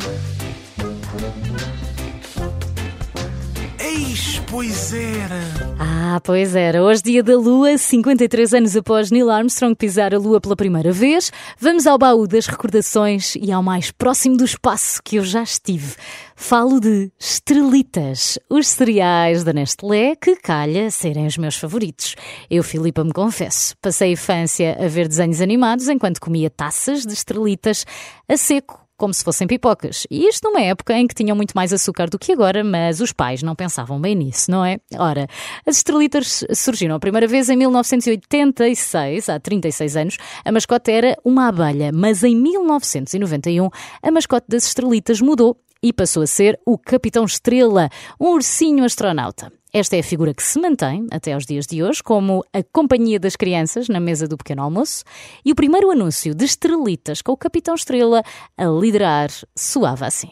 Eis, pois era. Pois era. Hoje, dia da Lua, 53 anos após Neil Armstrong pisar a Lua pela primeira vez, vamos ao baú das recordações e ao mais próximo do espaço que eu já estive. Falo de estrelitas, os cereais da Nestlé que calha serem os meus favoritos. Eu, Filipa, me confesso, passei a infância a ver desenhos animados enquanto comia taças de estrelitas a seco, como se fossem pipocas. E isto numa época em que tinham muito mais açúcar do que agora, mas os pais não pensavam bem nisso, não é? Ora, as estrelitas surgiram a primeira vez em 1986, há 36 anos. A mascote era uma abelha, mas em 1991 a mascote das estrelitas mudou e passou a ser o Capitão Estrela, um ursinho astronauta. Esta é a figura que se mantém até aos dias de hoje como a companhia das crianças na mesa do pequeno almoço, e o primeiro anúncio de estrelitas com o Capitão Estrela a liderar soava assim.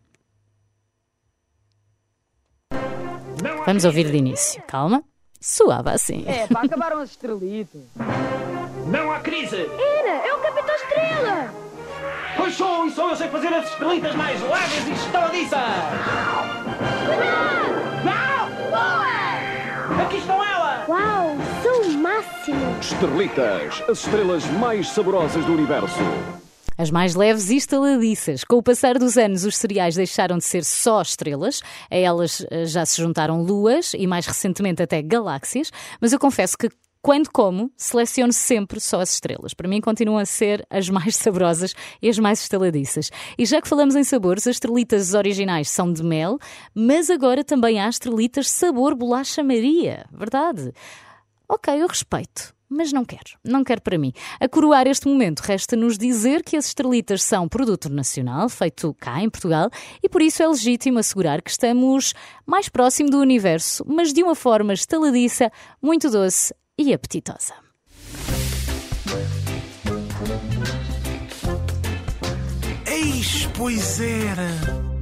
Vamos ouvir de início. Calma. Soava assim. Acabaram as estrelitas. Não há crise! É o Capitão Estrela! Pois sou, e só eu sei fazer as estrelitas mais largas e estaladiças! Aqui estão elas! Uau, são o máximo! Estrelitas, as estrelas mais saborosas do universo. As mais leves e estaladiças. Com o passar dos anos, os cereais deixaram de ser só estrelas. A elas já se juntaram luas e, mais recentemente, até galáxias. Mas eu confesso que, quando como, seleciono sempre só as estrelas. Para mim, continuam a ser as mais saborosas e as mais estaladiças. E já que falamos em sabores, as estrelitas originais são de mel, mas agora também há estrelitas sabor bolacha Maria. Verdade? Ok, eu respeito. Mas não quero para mim. A coroar este momento, resta-nos dizer que as estrelitas são produto nacional, feito cá em Portugal, e por isso é legítimo assegurar que estamos mais próximo do universo, mas de uma forma estaladiça, muito doce e apetitosa. Eis, pois era.